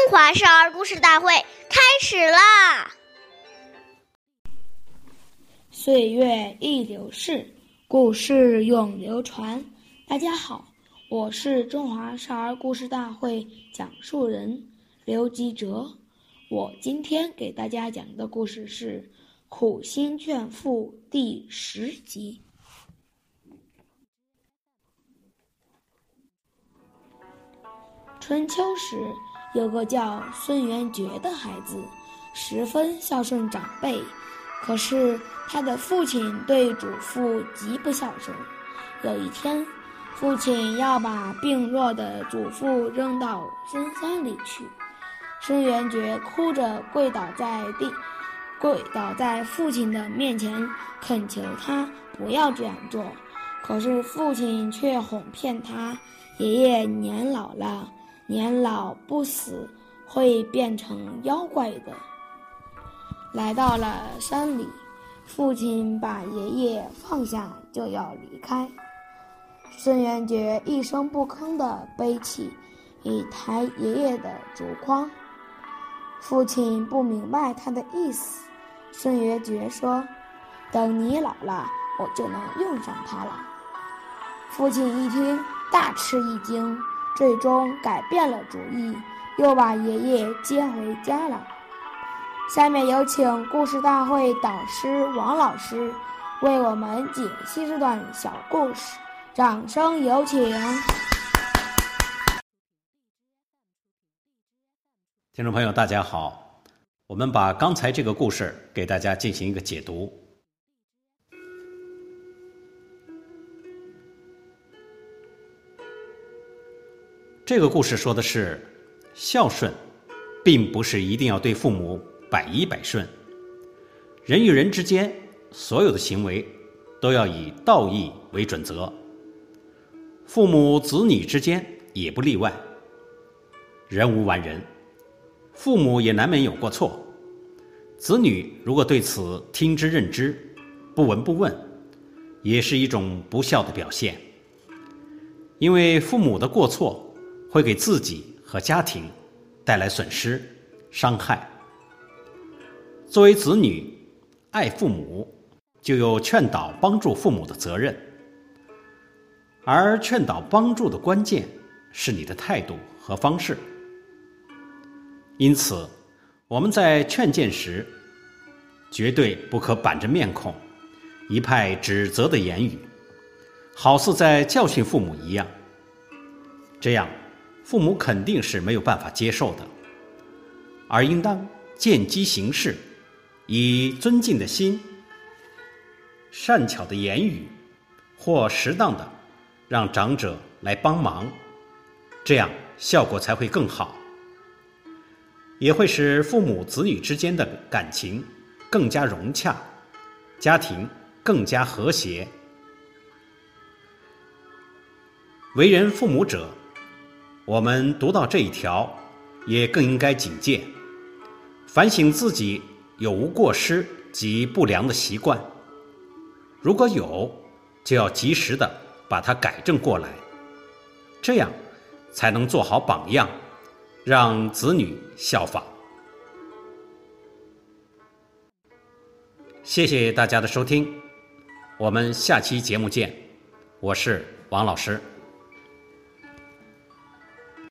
华少儿故事大会开始啦！ 岁月易流逝，故事永流传。大家好，我是中华少儿故事大会讲述人刘吉哲。我今天给大家讲的故事是《苦心劝父》第10集。春秋时，有个叫孙元觉的孩子，十分孝顺长辈，可是他的父亲对祖父极不孝顺。有一天，父亲要把病弱的祖父扔到深山里去，孙元觉哭着跪倒在父亲的面前，恳求他不要这样做。可是父亲却哄骗他，爷爷年老了，年老不死会变成妖怪的。来到了山里，父亲把爷爷放下就要离开。孙元觉一声不吭地背起一抬爷爷的竹筐。父亲不明白他的意思，孙元觉说：“等你老了，我就能用上它了。”父亲一听，大吃一惊，最终改变了主意，又把爷爷接回家了。下面有请故事大会导师王老师为我们解析这段小故事，掌声有请。 听众朋友大家好，我们把刚才这个故事给大家进行一个解读。这个故事说的是，孝顺并不是一定要对父母百依百顺，人与人之间所有的行为都要以道义为准则，父母子女之间也不例外。人无完人，父母也难免有过错，子女如果对此听之任之，不闻不问，也是一种不孝的表现。因为父母的过错会给自己和家庭带来损失、伤害。作为子女，爱父母就有劝导帮助父母的责任，而劝导帮助的关键是你的态度和方式。因此，我们在劝谏时，绝对不可板着面孔，一派指责的言语，好似在教训父母一样。这样，父母肯定是没有办法接受的，而应当见机行事，以尊敬的心、善巧的言语，或适当的让长者来帮忙，这样效果才会更好，也会使父母子女之间的感情更加融洽，家庭更加和谐。为人父母者，我们读到这一条，也更应该警戒，反省自己有无过失及不良的习惯，如果有，就要及时的把它改正过来，这样才能做好榜样，让子女效仿。谢谢大家的收听，我们下期节目见，我是王老师。